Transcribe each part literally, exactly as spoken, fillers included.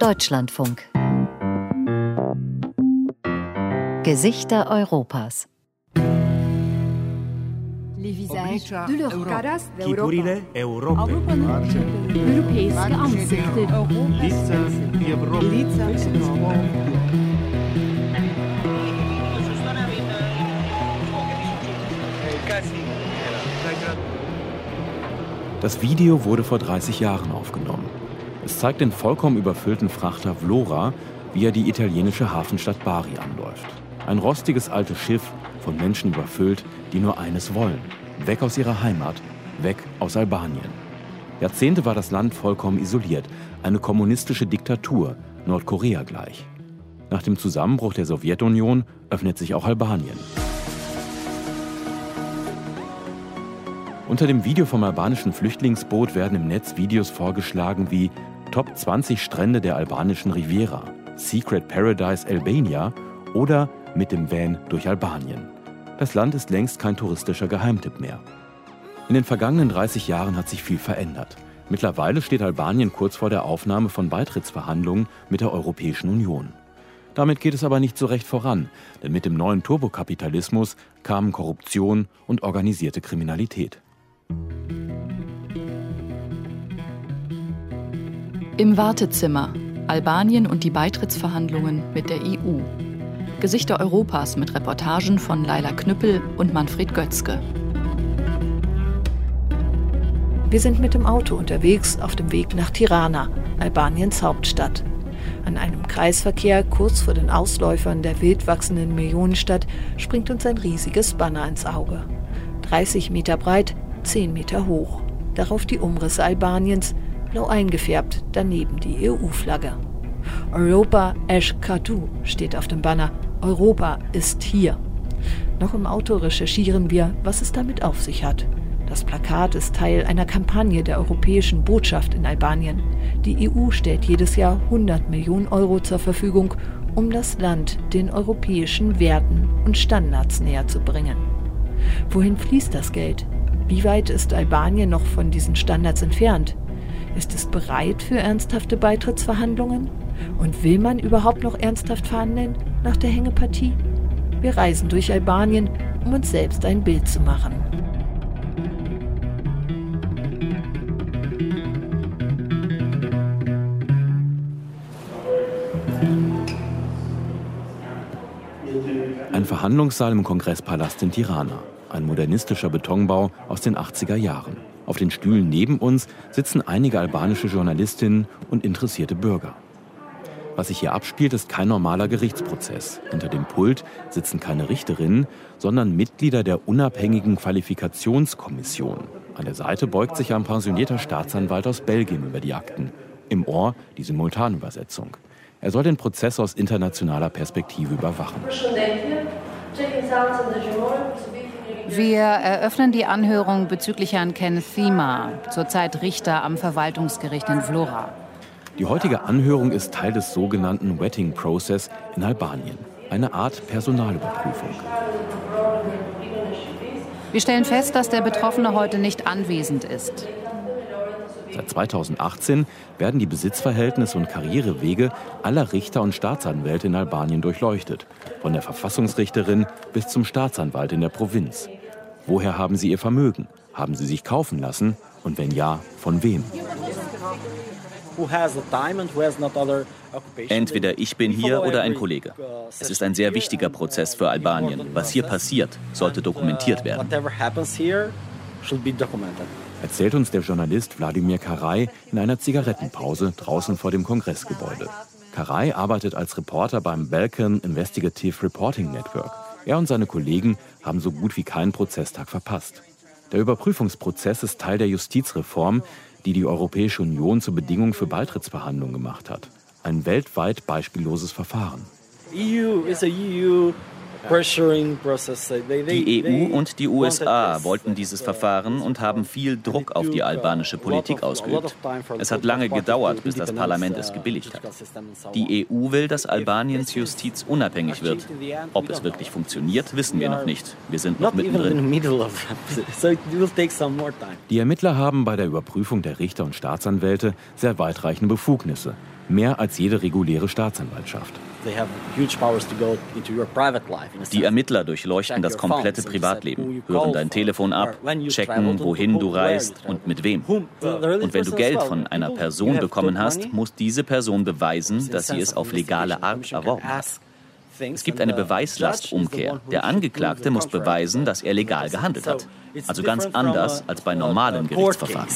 Deutschlandfunk. Gesichter Europas. Les visages de l'Europe. Caras d'Europa. Europa. Europeiske ansikter. Das Video wurde vor dreißig Jahren aufgenommen. Es zeigt den vollkommen überfüllten Frachter Vlora, wie er die italienische Hafenstadt Bari anläuft. Ein rostiges altes Schiff, von Menschen überfüllt, die nur eines wollen: weg aus ihrer Heimat, weg aus Albanien. Jahrzehnte war das Land vollkommen isoliert, eine kommunistische Diktatur, Nordkorea gleich. Nach dem Zusammenbruch der Sowjetunion öffnet sich auch Albanien. Unter dem Video vom albanischen Flüchtlingsboot werden im Netz Videos vorgeschlagen wie Top zwanzig Strände der albanischen Riviera, Secret Paradise Albania oder mit dem Van durch Albanien. Das Land ist längst kein touristischer Geheimtipp mehr. In den vergangenen dreißig Jahren hat sich viel verändert. Mittlerweile steht Albanien kurz vor der Aufnahme von Beitrittsverhandlungen mit der Europäischen Union. Damit geht es aber nicht so recht voran, denn mit dem neuen Turbokapitalismus kamen Korruption und organisierte Kriminalität. Im Wartezimmer. Albanien und die Beitrittsverhandlungen mit der E U. Gesichter Europas mit Reportagen von Laila Knüppel und Manfred Götzke. Wir sind mit dem Auto unterwegs auf dem Weg nach Tirana, Albaniens Hauptstadt. An einem Kreisverkehr kurz vor den Ausläufern der wild wachsenden Millionenstadt springt uns ein riesiges Banner ins Auge. dreißig Meter breit, zehn Meter hoch. Darauf die Umrisse Albaniens, blau eingefärbt, daneben die E U-Flagge. Europa është këtu steht auf dem Banner. Europa ist hier. Noch im Auto recherchieren wir, was es damit auf sich hat. Das Plakat ist Teil einer Kampagne der Europäischen Botschaft in Albanien. Die E U stellt jedes Jahr hundert Millionen Euro zur Verfügung, um das Land den europäischen Werten und Standards näher zu bringen. Wohin fließt das Geld? Wie weit ist Albanien noch von diesen Standards entfernt? Ist es bereit für ernsthafte Beitrittsverhandlungen? Und will man überhaupt noch ernsthaft verhandeln nach der Hängepartie? Wir reisen durch Albanien, um uns selbst ein Bild zu machen. Ein Verhandlungssaal im Kongresspalast in Tirana. Ein modernistischer Betonbau aus den achtziger Jahren. Auf den Stühlen neben uns sitzen einige albanische Journalistinnen und interessierte Bürger. Was sich hier abspielt, ist kein normaler Gerichtsprozess. Hinter dem Pult sitzen keine Richterinnen, sondern Mitglieder der unabhängigen Qualifikationskommission. An der Seite beugt sich ein pensionierter Staatsanwalt aus Belgien über die Akten. Im Ohr die Simultanübersetzung. Er soll den Prozess aus internationaler Perspektive überwachen. Wir eröffnen die Anhörung bezüglich Herrn Ken Thema, zurzeit Richter am Verwaltungsgericht in Vlora. Die heutige Anhörung ist Teil des sogenannten Vetting Process in Albanien, eine Art Personalüberprüfung. Wir stellen fest, dass der Betroffene heute nicht anwesend ist. Seit zweitausendachtzehn werden die Besitzverhältnisse und Karrierewege aller Richter und Staatsanwälte in Albanien durchleuchtet, von der Verfassungsrichterin bis zum Staatsanwalt in der Provinz. Woher haben sie ihr Vermögen? Haben sie sich kaufen lassen? Und wenn ja, von wem? Entweder ich bin hier oder ein Kollege. Es ist ein sehr wichtiger Prozess für Albanien. Was hier passiert, sollte dokumentiert werden. Erzählt uns der Journalist Wladimir Karai in einer Zigarettenpause draußen vor dem Kongressgebäude. Karai arbeitet als Reporter beim Balkan Investigative Reporting Network. Er und seine Kollegen haben so gut wie keinen Prozesstag verpasst. Der Überprüfungsprozess ist Teil der Justizreform, die die Europäische Union zur Bedingung für Beitrittsverhandlungen gemacht hat. Ein weltweit beispielloses Verfahren. Die E U und die U S A wollten dieses Verfahren und haben viel Druck auf die albanische Politik ausgeübt. Es hat lange gedauert, bis das Parlament es gebilligt hat. Die E U will, dass Albaniens Justiz unabhängig wird. Ob es wirklich funktioniert, wissen wir noch nicht. Wir sind noch mittendrin. Die Ermittler haben bei der Überprüfung der Richter und Staatsanwälte sehr weitreichende Befugnisse. mehr als jede reguläre Staatsanwaltschaft. Die Ermittler durchleuchten das komplette Privatleben, hören dein Telefon ab, checken, wohin du reist und mit wem. Und wenn du Geld von einer Person bekommen hast, muss diese Person beweisen, dass sie es auf legale Art erworben hat. Es gibt eine Beweislastumkehr. Der Angeklagte muss beweisen, dass er legal gehandelt hat. Also ganz anders als bei normalen Gerichtsverfahren.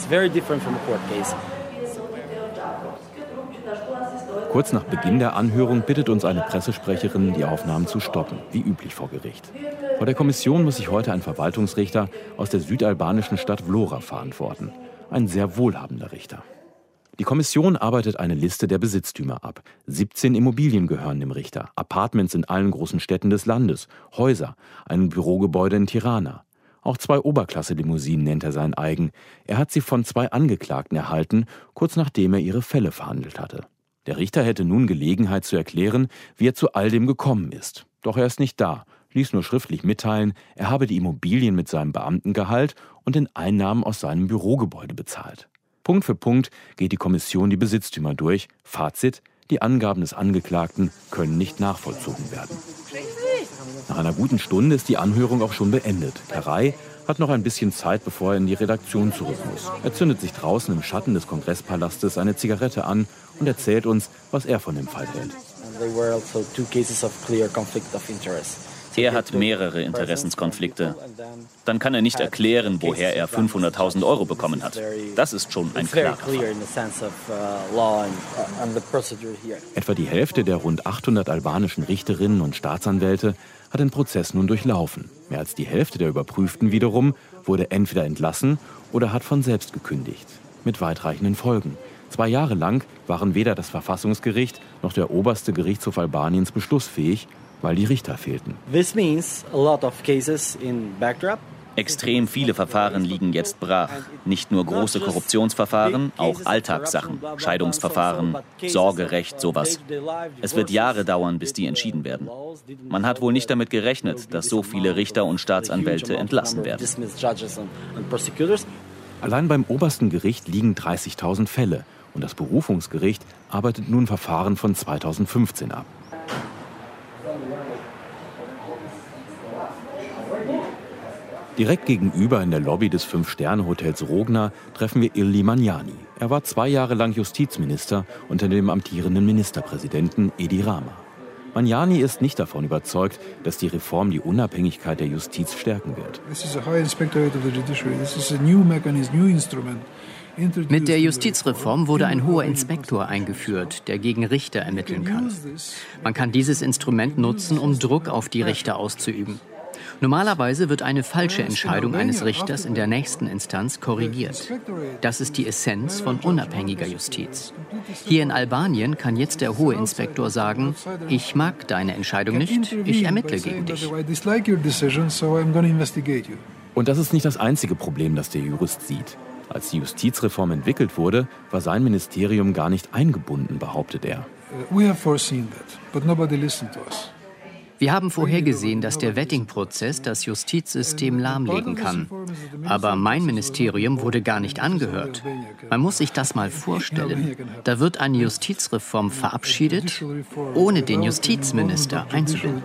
Kurz nach Beginn der Anhörung bittet uns eine Pressesprecherin, die Aufnahmen zu stoppen, wie üblich vor Gericht. Vor der Kommission muss sich heute ein Verwaltungsrichter aus der südalbanischen Stadt Vlora verantworten. Ein sehr wohlhabender Richter. Die Kommission arbeitet eine Liste der Besitztümer ab. siebzehn Immobilien gehören dem Richter, Apartments in allen großen Städten des Landes, Häuser, ein Bürogebäude in Tirana. Auch zwei Oberklasse-Limousinen nennt er sein eigen. Er hat sie von zwei Angeklagten erhalten, kurz nachdem er ihre Fälle verhandelt hatte. Der Richter hätte nun Gelegenheit zu erklären, wie er zu all dem gekommen ist. Doch er ist nicht da, ließ nur schriftlich mitteilen, er habe die Immobilien mit seinem Beamtengehalt und den Einnahmen aus seinem Bürogebäude bezahlt. Punkt für Punkt geht die Kommission die Besitztümer durch. Fazit: Die Angaben des Angeklagten können nicht nachvollzogen werden. Nach einer guten Stunde ist die Anhörung auch schon beendet. Karay hat noch ein bisschen Zeit, bevor er in die Redaktion zurück muss. Er zündet sich draußen im Schatten des Kongresspalastes eine Zigarette an und erzählt uns, was er von dem Fall hält. Er hat mehrere Interessenskonflikte. Dann kann er nicht erklären, woher er fünfhunderttausend Euro bekommen hat. Das ist schon ein klarer Fall. Etwa die Hälfte der rund achthundert albanischen Richterinnen und Staatsanwälte hat den Prozess nun durchlaufen. Mehr als die Hälfte der Überprüften wiederum wurde entweder entlassen oder hat von selbst gekündigt. Mit weitreichenden Folgen. Zwei Jahre lang waren weder das Verfassungsgericht noch der oberste Gerichtshof Albaniens beschlussfähig, weil die Richter fehlten. Extrem viele Verfahren liegen jetzt brach. Nicht nur große Korruptionsverfahren, auch Alltagssachen, Scheidungsverfahren, Sorgerecht, sowas. Es wird Jahre dauern, bis die entschieden werden. Man hat wohl nicht damit gerechnet, dass so viele Richter und Staatsanwälte entlassen werden. Allein beim obersten Gericht liegen dreißigtausend Fälle und das Berufungsgericht arbeitet nun Verfahren von zweitausendfünfzehn ab. Direkt gegenüber in der Lobby des Fünf-Sterne-Hotels Rogna treffen wir Illi Manjani. Er war zwei Jahre lang Justizminister unter dem amtierenden Ministerpräsidenten Edi Rama. Manjani ist nicht davon überzeugt, dass die Reform die Unabhängigkeit der Justiz stärken wird. Mit der Justizreform wurde ein hoher Inspektor eingeführt, der gegen Richter ermitteln kann. Man kann dieses Instrument nutzen, um Druck auf die Richter auszuüben. Normalerweise wird eine falsche Entscheidung eines Richters in der nächsten Instanz korrigiert. Das ist die Essenz von unabhängiger Justiz. Hier in Albanien kann jetzt der hohe Inspektor sagen, ich mag deine Entscheidung nicht, ich ermittle gegen dich. Und das ist nicht das einzige Problem, das der Jurist sieht. Als die Justizreform entwickelt wurde, war sein Ministerium gar nicht eingebunden, behauptet er. Wir haben vorhergesehen, dass der Vetting-Prozess das Justizsystem lahmlegen kann. Aber mein Ministerium wurde gar nicht angehört. Man muss sich das mal vorstellen. Da wird eine Justizreform verabschiedet, ohne den Justizminister einzubinden.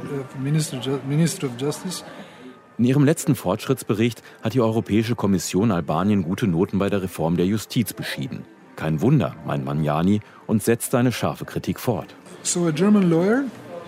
In ihrem letzten Fortschrittsbericht hat die Europäische Kommission Albanien gute Noten bei der Reform der Justiz beschieden. Kein Wunder, meint Manjani, und setzt seine scharfe Kritik fort. So a German lawyer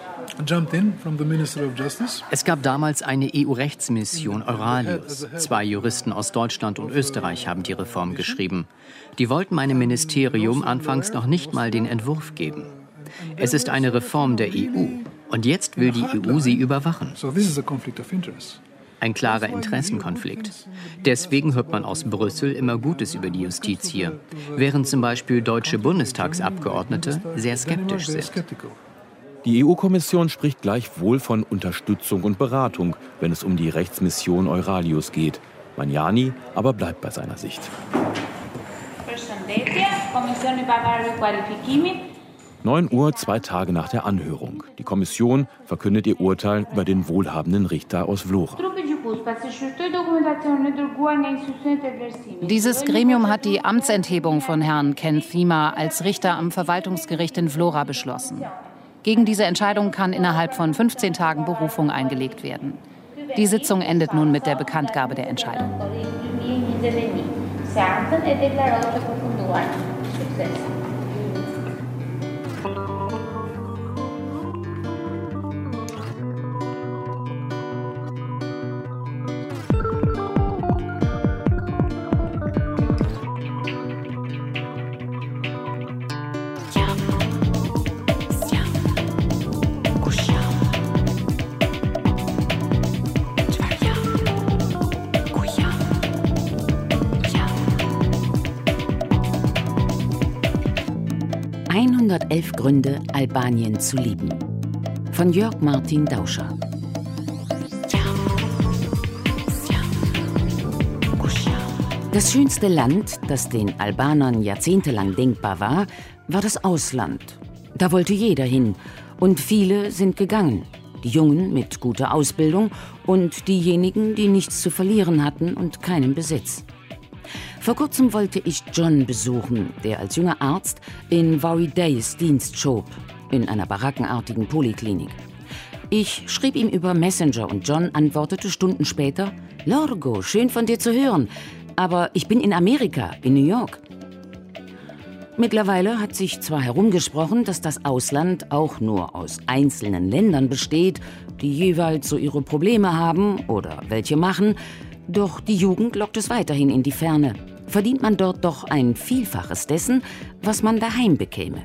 Es gab damals eine E U-Rechtsmission Euralius. Zwei Juristen aus Deutschland und Österreich haben die Reform geschrieben. Die wollten meinem Ministerium anfangs noch nicht mal den Entwurf geben. Es ist eine Reform der E U und jetzt will die E U sie überwachen. Ein klarer Interessenkonflikt. Deswegen hört man aus Brüssel immer Gutes über die Justiz hier, während zum Beispiel deutsche Bundestagsabgeordnete sehr skeptisch sind. Die E U-Kommission spricht gleichwohl von Unterstützung und Beratung, wenn es um die Rechtsmission Euralius geht. Manjani aber bleibt bei seiner Sicht. neun Uhr, zwei Tage nach der Anhörung. Die Kommission verkündet ihr Urteil über den wohlhabenden Richter aus Vlora. Dieses Gremium hat die Amtsenthebung von Herrn Ken Thema als Richter am Verwaltungsgericht in Vlora beschlossen. Gegen diese Entscheidung kann innerhalb von fünfzehn Tagen Berufung eingelegt werden. Die Sitzung endet nun mit der Bekanntgabe der Entscheidung. hundertelf Gründe, Albanien zu lieben. Von Jörg Martin Dauscher. Das schönste Land, das den Albanern jahrzehntelang denkbar war, war das Ausland. Da wollte jeder hin und viele sind gegangen. Die Jungen mit guter Ausbildung und diejenigen, die nichts zu verlieren hatten und keinen Besitz. Vor kurzem wollte ich John besuchen, der als junger Arzt in Vaurideis Dienst schob, in einer barackenartigen Poliklinik. Ich schrieb ihm über Messenger und John antwortete Stunden später: Lorgo, schön von dir zu hören, aber ich bin in Amerika, in New York. Mittlerweile hat sich zwar herumgesprochen, dass das Ausland auch nur aus einzelnen Ländern besteht, die jeweils so ihre Probleme haben oder welche machen, doch die Jugend lockt es weiterhin in die Ferne. Verdient man dort doch ein Vielfaches dessen, was man daheim bekäme.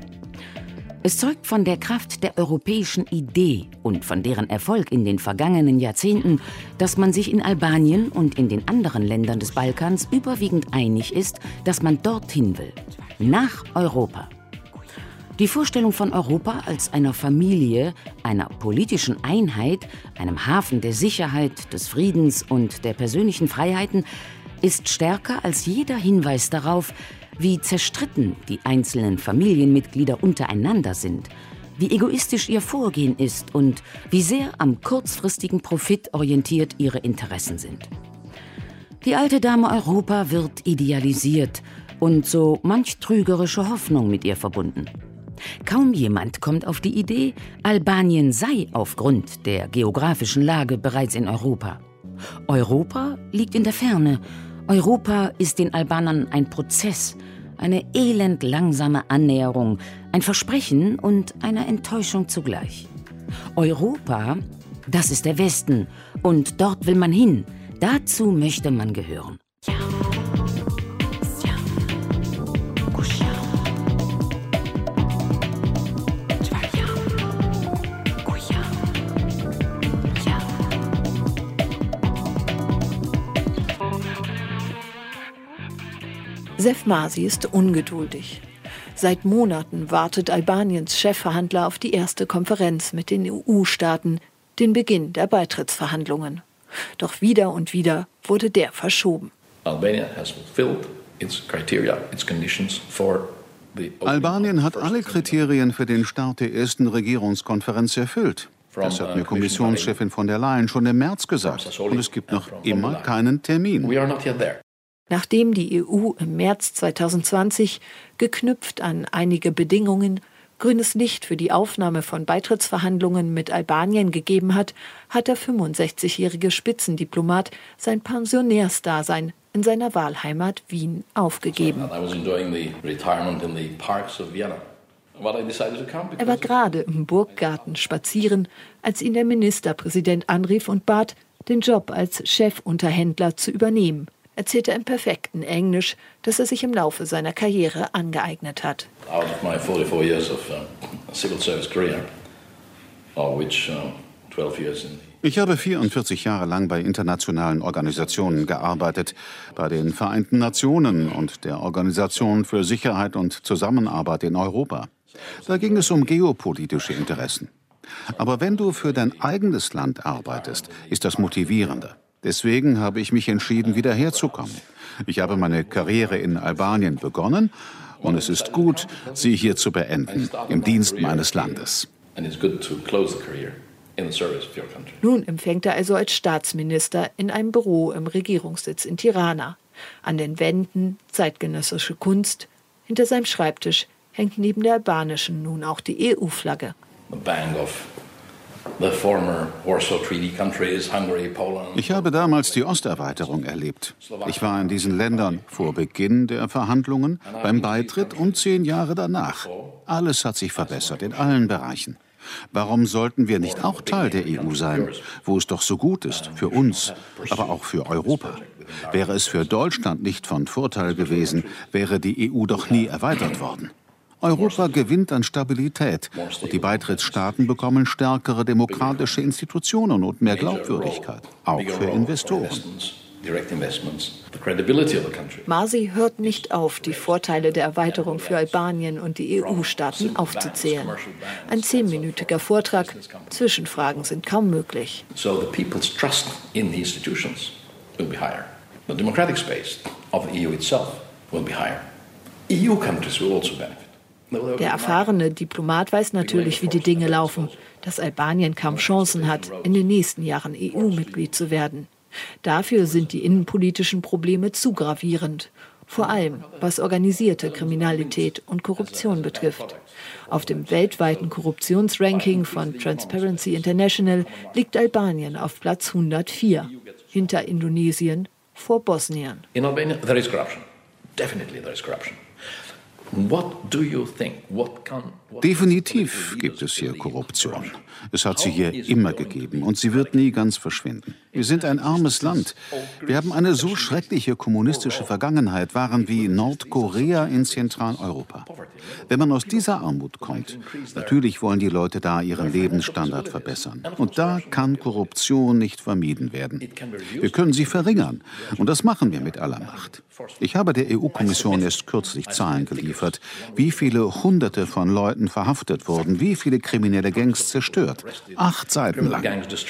Es zeugt von der Kraft der europäischen Idee und von deren Erfolg in den vergangenen Jahrzehnten, dass man sich in Albanien und in den anderen Ländern des Balkans überwiegend einig ist, dass man dorthin will, nach Europa. Die Vorstellung von Europa als einer Familie, einer politischen Einheit, einem Hafen der Sicherheit, des Friedens und der persönlichen Freiheiten ist stärker als jeder Hinweis darauf, wie zerstritten die einzelnen Familienmitglieder untereinander sind, wie egoistisch ihr Vorgehen ist und wie sehr am kurzfristigen Profit orientiert ihre Interessen sind. Die alte Dame Europa wird idealisiert und so manch trügerische Hoffnung mit ihr verbunden. Kaum jemand kommt auf die Idee, Albanien sei aufgrund der geografischen Lage bereits in Europa. Europa liegt in der Ferne. Europa ist den Albanern ein Prozess, eine elend langsame Annäherung, ein Versprechen und eine Enttäuschung zugleich. Europa, das ist der Westen und dort will man hin. Dazu möchte man gehören. Sef Masi ist ungeduldig. Seit Monaten wartet Albaniens Chefverhandler auf die erste Konferenz mit den E U-Staaten, den Beginn der Beitrittsverhandlungen. Doch wieder und wieder wurde der verschoben. Albanien hat alle Kriterien für den Start der ersten Regierungskonferenz erfüllt. Das hat mir Kommissionschefin von der Leyen schon im März gesagt. Und es gibt noch immer keinen Termin. Nachdem die E U im März zweitausendzwanzig, geknüpft an einige Bedingungen, grünes Licht für die Aufnahme von Beitrittsverhandlungen mit Albanien gegeben hat, hat der fünfundsechzigjährige Spitzendiplomat sein Pensionärsdasein in seiner Wahlheimat Wien aufgegeben. Er war gerade im Burggarten spazieren, als ihn der Ministerpräsident anrief und bat, den Job als Chefunterhändler zu übernehmen. Erzählt er im perfekten Englisch, das er sich im Laufe seiner Karriere angeeignet hat. Ich habe vierundvierzig Jahre lang bei internationalen Organisationen gearbeitet, bei den Vereinten Nationen und der Organisation für Sicherheit und Zusammenarbeit in Europa. Da ging es um geopolitische Interessen. Aber wenn du für dein eigenes Land arbeitest, ist das motivierender. Deswegen habe ich mich entschieden, wieder herzukommen. Ich habe meine Karriere in Albanien begonnen und es ist gut, sie hier zu beenden, im Dienst meines Landes. Nun empfängt er also als Staatsminister in einem Büro im Regierungssitz in Tirana. An den Wänden zeitgenössische Kunst. Hinter seinem Schreibtisch hängt neben der albanischen nun auch die E U-Flagge. Ich habe damals die Osterweiterung erlebt. Ich war in diesen Ländern vor Beginn der Verhandlungen, beim Beitritt und zehn Jahre danach. Alles hat sich verbessert in allen Bereichen. Warum sollten wir nicht auch Teil der E U sein, wo es doch so gut ist, für uns, aber auch für Europa? Wäre es für Deutschland nicht von Vorteil gewesen, wäre die E U doch nie erweitert worden. Europa gewinnt an Stabilität und die Beitrittsstaaten bekommen stärkere demokratische Institutionen und mehr Glaubwürdigkeit, auch für Investoren. Masi hört nicht auf, die Vorteile der Erweiterung für Albanien und die E U-Staaten aufzuzählen. Ein zehnminütiger Vortrag, Zwischenfragen sind kaum möglich. So the people's trust in the institutions will be higher. The democratic space of the E U itself will be higher. E U countries will also benefit. Der erfahrene Diplomat weiß natürlich, wie die Dinge laufen, dass Albanien kaum Chancen hat, in den nächsten Jahren E U-Mitglied zu werden. Dafür sind die innenpolitischen Probleme zu gravierend, vor allem was organisierte Kriminalität und Korruption betrifft. Auf dem weltweiten Korruptionsranking von Transparency International liegt Albanien auf Platz hundertvier, hinter Indonesien, vor Bosnien. In Albania there is corruption. Definitely there is corruption. What do you think? What can, what Definitiv gibt es hier Korruption. Es hat sie hier immer gegeben und sie wird nie ganz verschwinden. Wir sind ein armes Land. Wir haben eine so schreckliche kommunistische Vergangenheit, waren wie Nordkorea in Zentraleuropa. Wenn man aus dieser Armut kommt, natürlich wollen die Leute da ihren Lebensstandard verbessern. Und da kann Korruption nicht vermieden werden. Wir können sie verringern und das machen wir mit aller Macht. Ich habe der E U-Kommission erst kürzlich Zahlen geliefert, wie viele Hunderte von Leuten verhaftet wurden, wie viele kriminelle Gangs zerstört. Acht Seiten lang.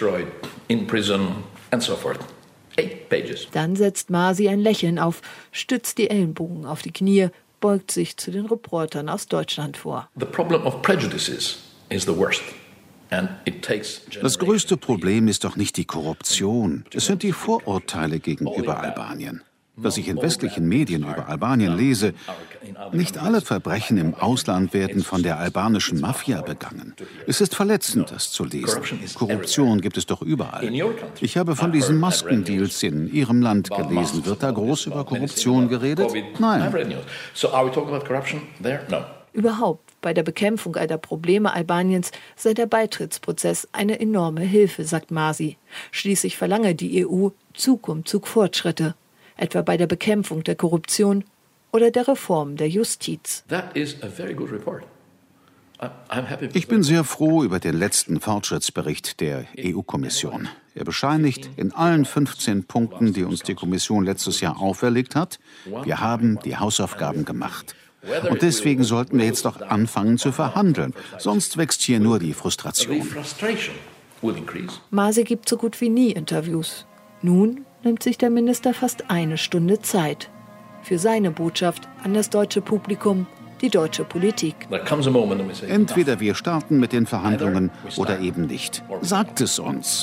Dann setzt Masi ein Lächeln auf, stützt die Ellenbogen auf die Knie, beugt sich zu den Reportern aus Deutschland vor. Das größte Problem ist doch nicht die Korruption, es sind die Vorurteile gegenüber Albanien. Was ich in westlichen Medien über Albanien lese, nicht alle Verbrechen im Ausland werden von der albanischen Mafia begangen. Es ist verletzend, das zu lesen. Korruption gibt es doch überall. Ich habe von diesen Maskendeals in Ihrem Land gelesen. Wird da groß über Korruption geredet? Nein. Überhaupt, bei der Bekämpfung all der Probleme Albaniens sei der Beitrittsprozess eine enorme Hilfe, sagt Masi. Schließlich verlange die E U Zug um Zug Fortschritte, etwa bei der Bekämpfung der Korruption oder der Reform der Justiz. Ich bin sehr froh über den letzten Fortschrittsbericht der E U-Kommission. Er bescheinigt in allen fünfzehn Punkten, die uns die Kommission letztes Jahr auferlegt hat, wir haben die Hausaufgaben gemacht. Und deswegen sollten wir jetzt doch anfangen zu verhandeln, sonst wächst hier nur die Frustration. Masi gibt so gut wie nie Interviews. Nun nimmt sich der Minister fast eine Stunde Zeit für seine Botschaft an das deutsche Publikum, die deutsche Politik. Entweder wir starten mit den Verhandlungen oder eben nicht. Sagt es uns.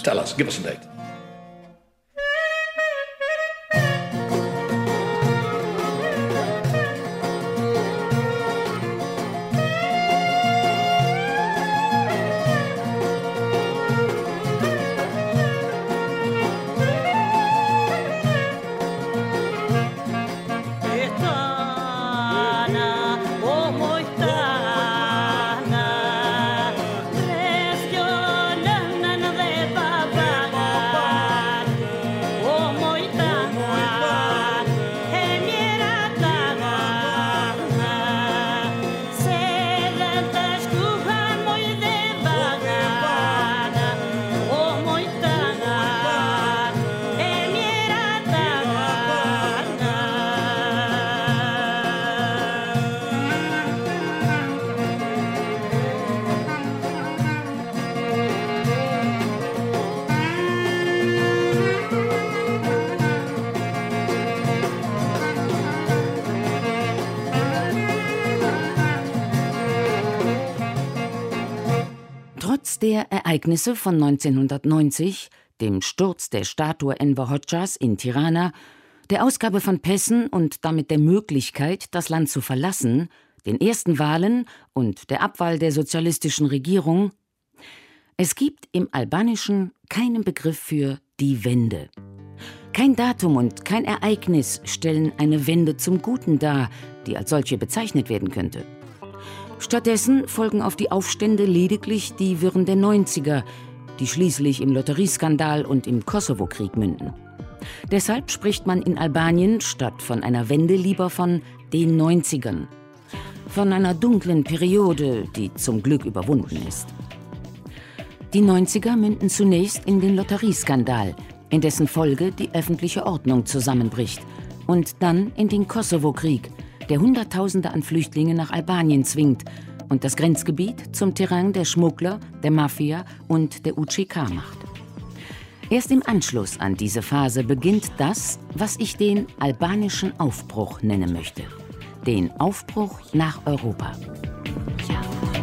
Trotz der Ereignisse von neunzehnhundertneunzig, dem Sturz der Statue Enver Hoxhas in Tirana, der Ausgabe von Pässen und damit der Möglichkeit, das Land zu verlassen, den ersten Wahlen und der Abwahl der sozialistischen Regierung, es gibt im Albanischen keinen Begriff für die Wende. Kein Datum und kein Ereignis stellen eine Wende zum Guten dar, die als solche bezeichnet werden könnte. Stattdessen folgen auf die Aufstände lediglich die Wirren der Neunziger, die schließlich im Lotterieskandal und im Kosovo-Krieg münden. Deshalb spricht man in Albanien statt von einer Wende lieber von den Neunzigern. Von einer dunklen Periode, die zum Glück überwunden ist. Die Neunziger münden zunächst in den Lotterieskandal, in dessen Folge die öffentliche Ordnung zusammenbricht, und dann in den Kosovo-Krieg, der Hunderttausende an Flüchtlinge nach Albanien zwingt und das Grenzgebiet zum Terrain der Schmuggler, der Mafia und der U C K macht. Erst im Anschluss an diese Phase beginnt das, was ich den albanischen Aufbruch nennen möchte. Den Aufbruch nach Europa. Ja.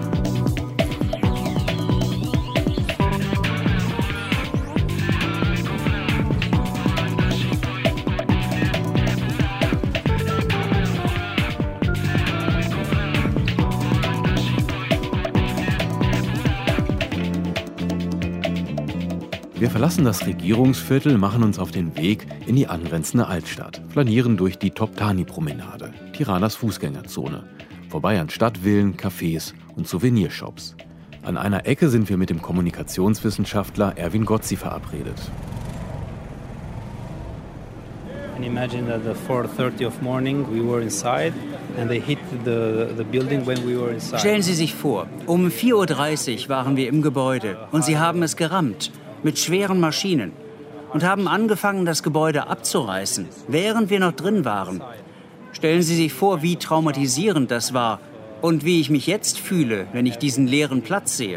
Wir verlassen das Regierungsviertel, machen uns auf den Weg in die angrenzende Altstadt, flanieren durch die Toptani-Promenade, Tiranas Fußgängerzone, vorbei an Stadtvillen, Cafés und Souvenirshops. An einer Ecke sind wir mit dem Kommunikationswissenschaftler Erwin Gozzi verabredet. Stellen Sie sich vor, um vier Uhr dreißig waren wir im Gebäude und sie haben es gerammt. Mit schweren Maschinen und haben angefangen, das Gebäude abzureißen, während wir noch drin waren. Stellen Sie sich vor, wie traumatisierend das war und wie ich mich jetzt fühle, wenn ich diesen leeren Platz sehe.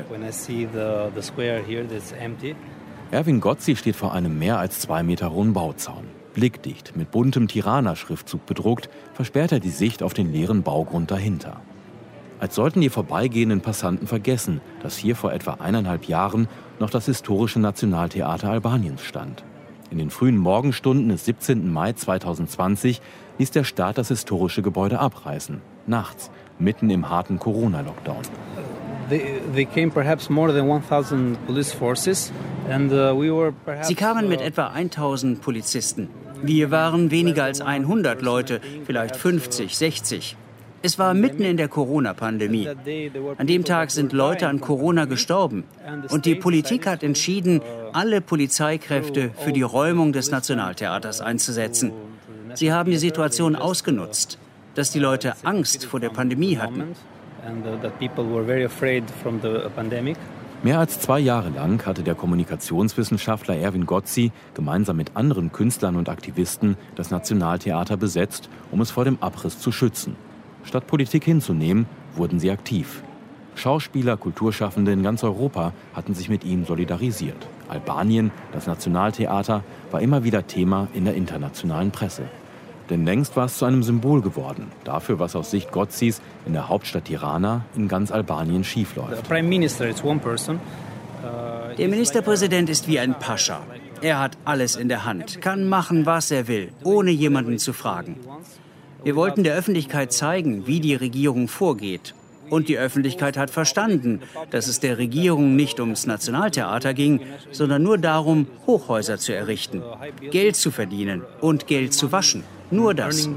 Erwin Gozzi steht vor einem mehr als zwei Meter hohen Bauzaun. Blickdicht, mit buntem Tirana-Schriftzug bedruckt, versperrt er die Sicht auf den leeren Baugrund dahinter. Als sollten die vorbeigehenden Passanten vergessen, dass hier vor etwa eineinhalb Jahren noch das historische Nationaltheater Albaniens stand. In den frühen Morgenstunden des siebzehnten Mai zweitausendzwanzig ließ der Staat das historische Gebäude abreißen. Nachts, mitten im harten Corona-Lockdown. Sie kamen mit etwa tausend Polizisten. Wir waren weniger als hundert Leute, vielleicht fünfzig, sechzig. Es war mitten in der Corona-Pandemie. An dem Tag sind Leute an Corona gestorben. Und die Politik hat entschieden, alle Polizeikräfte für die Räumung des Nationaltheaters einzusetzen. Sie haben die Situation ausgenutzt, dass die Leute Angst vor der Pandemie hatten. Mehr als zwei Jahre lang hatte der Kommunikationswissenschaftler Erwin Gozzi gemeinsam mit anderen Künstlern und Aktivisten das Nationaltheater besetzt, um es vor dem Abriss zu schützen. Statt Politik hinzunehmen, wurden sie aktiv. Schauspieler, Kulturschaffende in ganz Europa hatten sich mit ihm solidarisiert. Albanien, das Nationaltheater, war immer wieder Thema in der internationalen Presse. Denn längst war es zu einem Symbol geworden, dafür, was aus Sicht Gozzis in der Hauptstadt Tirana in ganz Albanien schiefläuft. Der Ministerpräsident ist wie ein Pascha. Er hat alles in der Hand, kann machen, was er will, ohne jemanden zu fragen. Wir wollten der Öffentlichkeit zeigen, wie die Regierung vorgeht. Und die Öffentlichkeit hat verstanden, dass es der Regierung nicht ums Nationaltheater ging, sondern nur darum, Hochhäuser zu errichten, Geld zu verdienen und Geld zu waschen. Nur das.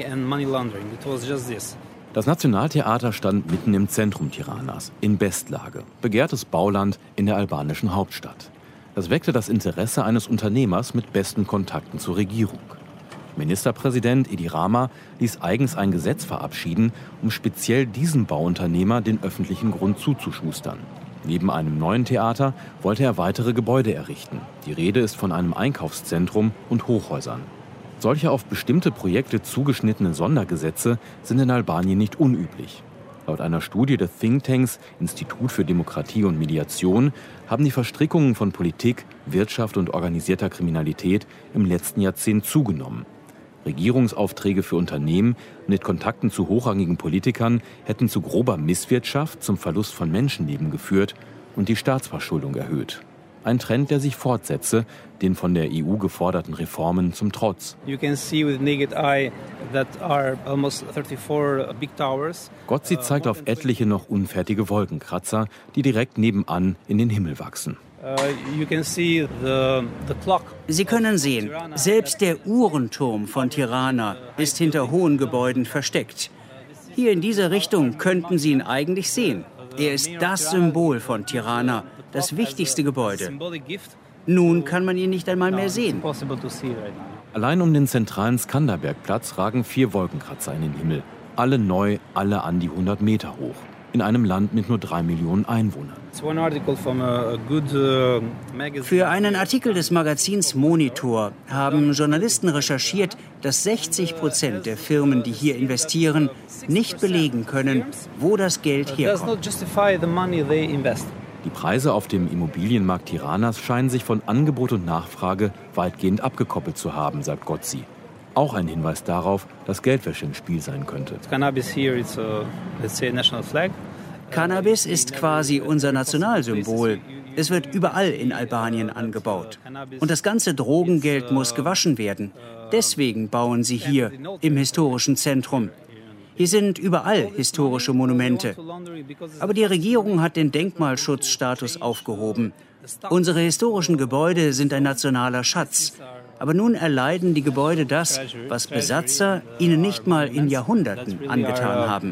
Das Nationaltheater stand mitten im Zentrum Tiranas, in Bestlage, begehrtes Bauland in der albanischen Hauptstadt. Das weckte das Interesse eines Unternehmers mit besten Kontakten zur Regierung. Ministerpräsident Edi Rama ließ eigens ein Gesetz verabschieden, um speziell diesem Bauunternehmer den öffentlichen Grund zuzuschustern. Neben einem neuen Theater wollte er weitere Gebäude errichten. Die Rede ist von einem Einkaufszentrum und Hochhäusern. Solche auf bestimmte Projekte zugeschnittene Sondergesetze sind in Albanien nicht unüblich. Laut einer Studie des Thinktanks Institut für Demokratie und Mediation haben die Verstrickungen von Politik, Wirtschaft und organisierter Kriminalität im letzten Jahrzehnt zugenommen. Regierungsaufträge für Unternehmen mit Kontakten zu hochrangigen Politikern hätten zu grober Misswirtschaft, zum Verlust von Menschenleben geführt und die Staatsverschuldung erhöht. Ein Trend, der sich fortsetze, den von der E U geforderten Reformen zum Trotz. Gozzi zeigt auf etliche noch unfertige Wolkenkratzer, die direkt nebenan in den Himmel wachsen. Sie können sehen, selbst der Uhrenturm von Tirana ist hinter hohen Gebäuden versteckt. Hier in dieser Richtung könnten Sie ihn eigentlich sehen. Er ist das Symbol von Tirana, das wichtigste Gebäude. Nun kann man ihn nicht einmal mehr sehen. Allein um den zentralen Skanderbergplatz ragen vier Wolkenkratzer in den Himmel. Alle neu, alle an die hundert Meter hoch. In einem Land mit nur drei Millionen Einwohnern. Für einen Artikel des Magazins Monitor haben Journalisten recherchiert, dass sechzig Prozent der Firmen, die hier investieren, nicht belegen können, wo das Geld herkommt. Die Preise auf dem Immobilienmarkt Tiranas scheinen sich von Angebot und Nachfrage weitgehend abgekoppelt zu haben, sagt Gozzi. Auch ein Hinweis darauf, dass Geldwäsche im Spiel sein könnte. Cannabis ist quasi unser Nationalsymbol. Es wird überall in Albanien angebaut. Und das ganze Drogengeld muss gewaschen werden. Deswegen bauen sie hier im historischen Zentrum. Hier sind überall historische Monumente. Aber die Regierung hat den Denkmalschutzstatus aufgehoben. Unsere historischen Gebäude sind ein nationaler Schatz. Aber nun erleiden die Gebäude das, was Besatzer ihnen nicht mal in Jahrhunderten angetan haben.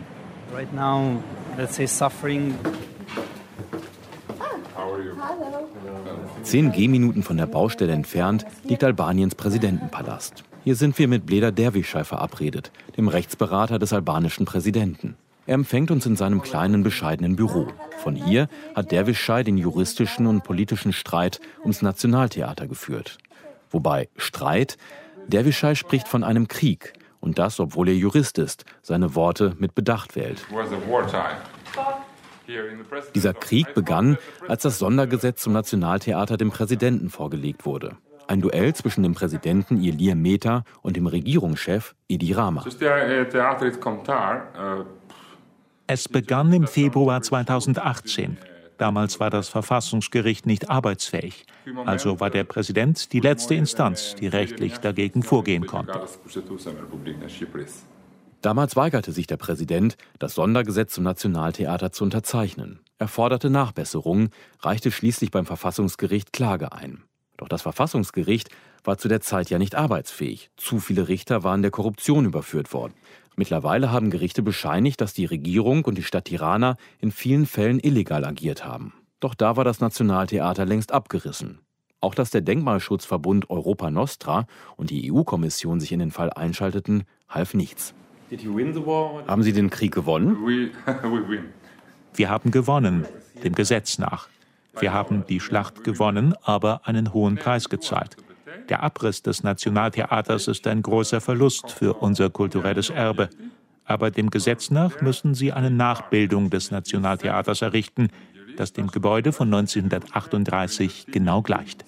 Zehn Gehminuten von der Baustelle entfernt liegt Albaniens Präsidentenpalast. Hier sind wir mit Bleda Dervišaj verabredet, dem Rechtsberater des albanischen Präsidenten. Er empfängt uns in seinem kleinen, bescheidenen Büro. Von hier hat Dervišaj den juristischen und politischen Streit ums Nationaltheater geführt. Wobei Streit, Dervišaj spricht von einem Krieg. Und das, obwohl er Jurist ist, seine Worte mit Bedacht wählt. Dieser Krieg begann, als das Sondergesetz zum Nationaltheater dem Präsidenten vorgelegt wurde. Ein Duell zwischen dem Präsidenten Ilir Meta und dem Regierungschef Edi Rama. Es begann im Februar zweitausendachtzehn. Damals war das Verfassungsgericht nicht arbeitsfähig. Also war der Präsident die letzte Instanz, die rechtlich dagegen vorgehen konnte. Damals weigerte sich der Präsident, das Sondergesetz zum Nationaltheater zu unterzeichnen. Er forderte Nachbesserungen, reichte schließlich beim Verfassungsgericht Klage ein. Doch das Verfassungsgericht war zu der Zeit ja nicht arbeitsfähig. Zu viele Richter waren der Korruption überführt worden. Mittlerweile haben Gerichte bescheinigt, dass die Regierung und die Stadt Tirana in vielen Fällen illegal agiert haben. Doch da war das Nationaltheater längst abgerissen. Auch dass der Denkmalschutzverbund Europa Nostra und die E U-Kommission sich in den Fall einschalteten, half nichts. Haben Sie den Krieg gewonnen? Wir haben gewonnen, dem Gesetz nach. Wir haben die Schlacht gewonnen, aber einen hohen Preis gezahlt. Der Abriss des Nationaltheaters ist ein großer Verlust für unser kulturelles Erbe. Aber dem Gesetz nach müssen sie eine Nachbildung des Nationaltheaters errichten, das dem Gebäude von neunzehnhundertachtunddreißig genau gleicht.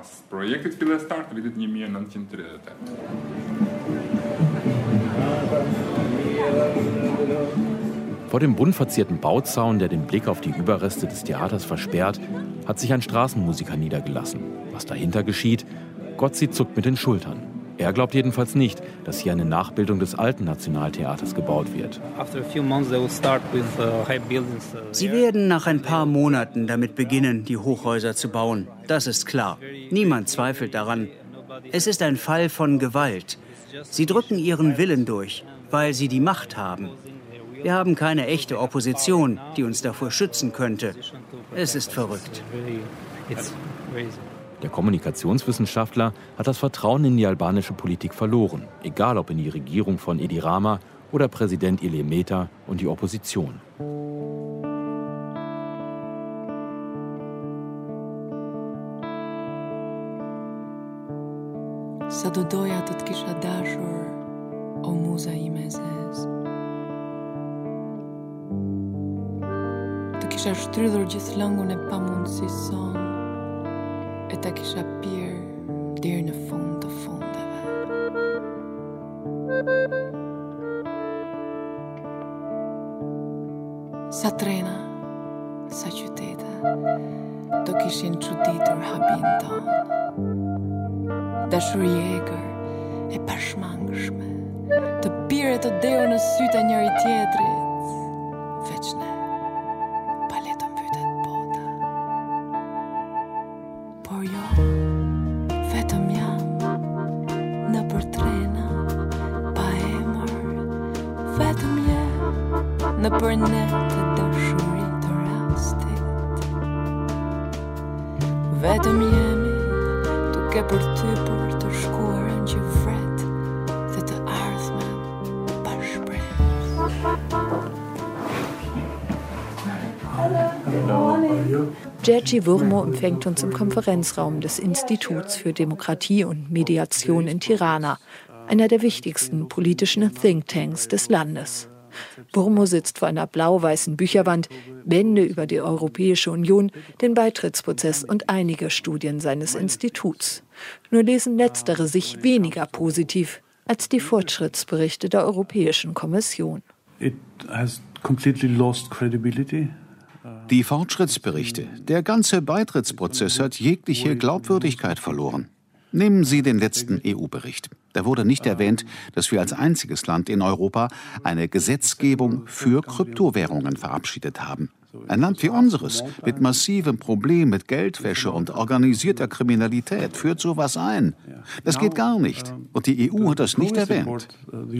Vor dem bunt verzierten Bauzaun, der den Blick auf die Überreste des Theaters versperrt, hat sich ein Straßenmusiker niedergelassen. Was dahinter geschieht, Gozzi zuckt mit den Schultern. Er glaubt jedenfalls nicht, dass hier eine Nachbildung des alten Nationaltheaters gebaut wird. Sie werden nach ein paar Monaten damit beginnen, die Hochhäuser zu bauen. Das ist klar. Niemand zweifelt daran. Es ist ein Fall von Gewalt. Sie drücken ihren Willen durch, weil sie die Macht haben. Wir haben keine echte Opposition, die uns davor schützen könnte. Es ist verrückt. Der Kommunikationswissenschaftler hat das Vertrauen in die albanische Politik verloren, egal ob in die Regierung von Edi Rama oder Präsident Ilir Meta und die Opposition. Sa do doja të të kisha dashur, o muza ime e zez. Të kisha shtrydhur gjithë lëngun e pamundësisë son, e ta kisha pirë deri në fund të fundeve. Sa trena sa qytete do kishin çuditur habin ton. Dashuri e egër e pashmangshme, të bire të deu në sytë e njëri tjetrit, veç ne, pa le të mbytet bota. Por jo, vetëm jam në për trena, pa emër, vetëm je në për ne të dashurit të rastit. Vetëm jemi duke për ty për të shkuarën që vret dhe të ardhmen pa shpresë. Jerzy Wurmo empfängt uns im Konferenzraum des Instituts für Demokratie und Mediation in Tirana, einer der wichtigsten politischen Thinktanks des Landes. Wurmo sitzt vor einer blau-weißen Bücherwand, Bände über die Europäische Union, den Beitrittsprozess und einige Studien seines Instituts. Nur lesen letztere sich weniger positiv als die Fortschrittsberichte der Europäischen Kommission. It has completely lost credibility. Die Fortschrittsberichte, der ganze Beitrittsprozess hat jegliche Glaubwürdigkeit verloren. Nehmen Sie den letzten E U-Bericht. Da wurde nicht erwähnt, dass wir als einziges Land in Europa eine Gesetzgebung für Kryptowährungen verabschiedet haben. Ein Land wie unseres mit massivem Problem mit Geldwäsche und organisierter Kriminalität führt sowas ein. Das geht gar nicht. Und die E U hat das nicht erwähnt.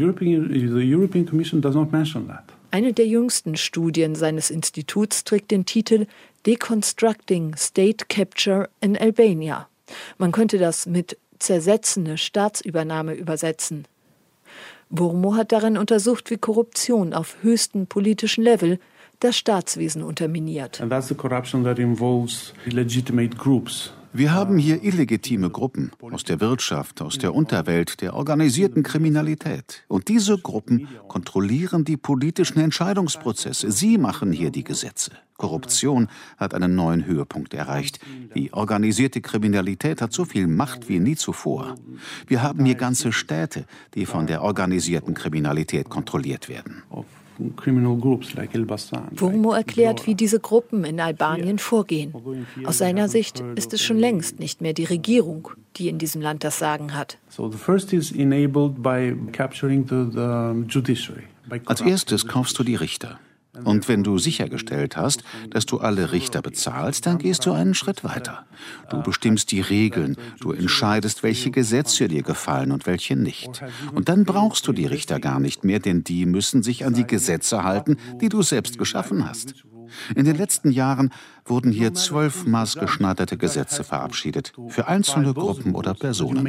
Eine der jüngsten Studien seines Instituts trägt den Titel Deconstructing State Capture in Albania. Man könnte das mit zersetzende Staatsübernahme übersetzen. Wurmo hat darin untersucht, wie Korruption auf höchstem politischen Level das Staatswesen unterminiert. And that's the corruption that involves legitimate groups. Wir haben hier illegitime Gruppen aus der Wirtschaft, aus der Unterwelt, der organisierten Kriminalität. Und diese Gruppen kontrollieren die politischen Entscheidungsprozesse. Sie machen hier die Gesetze. Korruption hat einen neuen Höhepunkt erreicht. Die organisierte Kriminalität hat so viel Macht wie nie zuvor. Wir haben hier ganze Städte, die von der organisierten Kriminalität kontrolliert werden. Wurmo erklärt, wie diese Gruppen in Albanien vorgehen. Aus seiner Sicht ist es schon längst nicht mehr die Regierung, die in diesem Land das Sagen hat. Als erstes kaufst du die Richter. Und wenn du sichergestellt hast, dass du alle Richter bezahlst, dann gehst du einen Schritt weiter. Du bestimmst die Regeln, du entscheidest, welche Gesetze dir gefallen und welche nicht. Und dann brauchst du die Richter gar nicht mehr, denn die müssen sich an die Gesetze halten, die du selbst geschaffen hast. In den letzten Jahren wurden hier zwölf maßgeschneiderte Gesetze verabschiedet, für einzelne Gruppen oder Personen.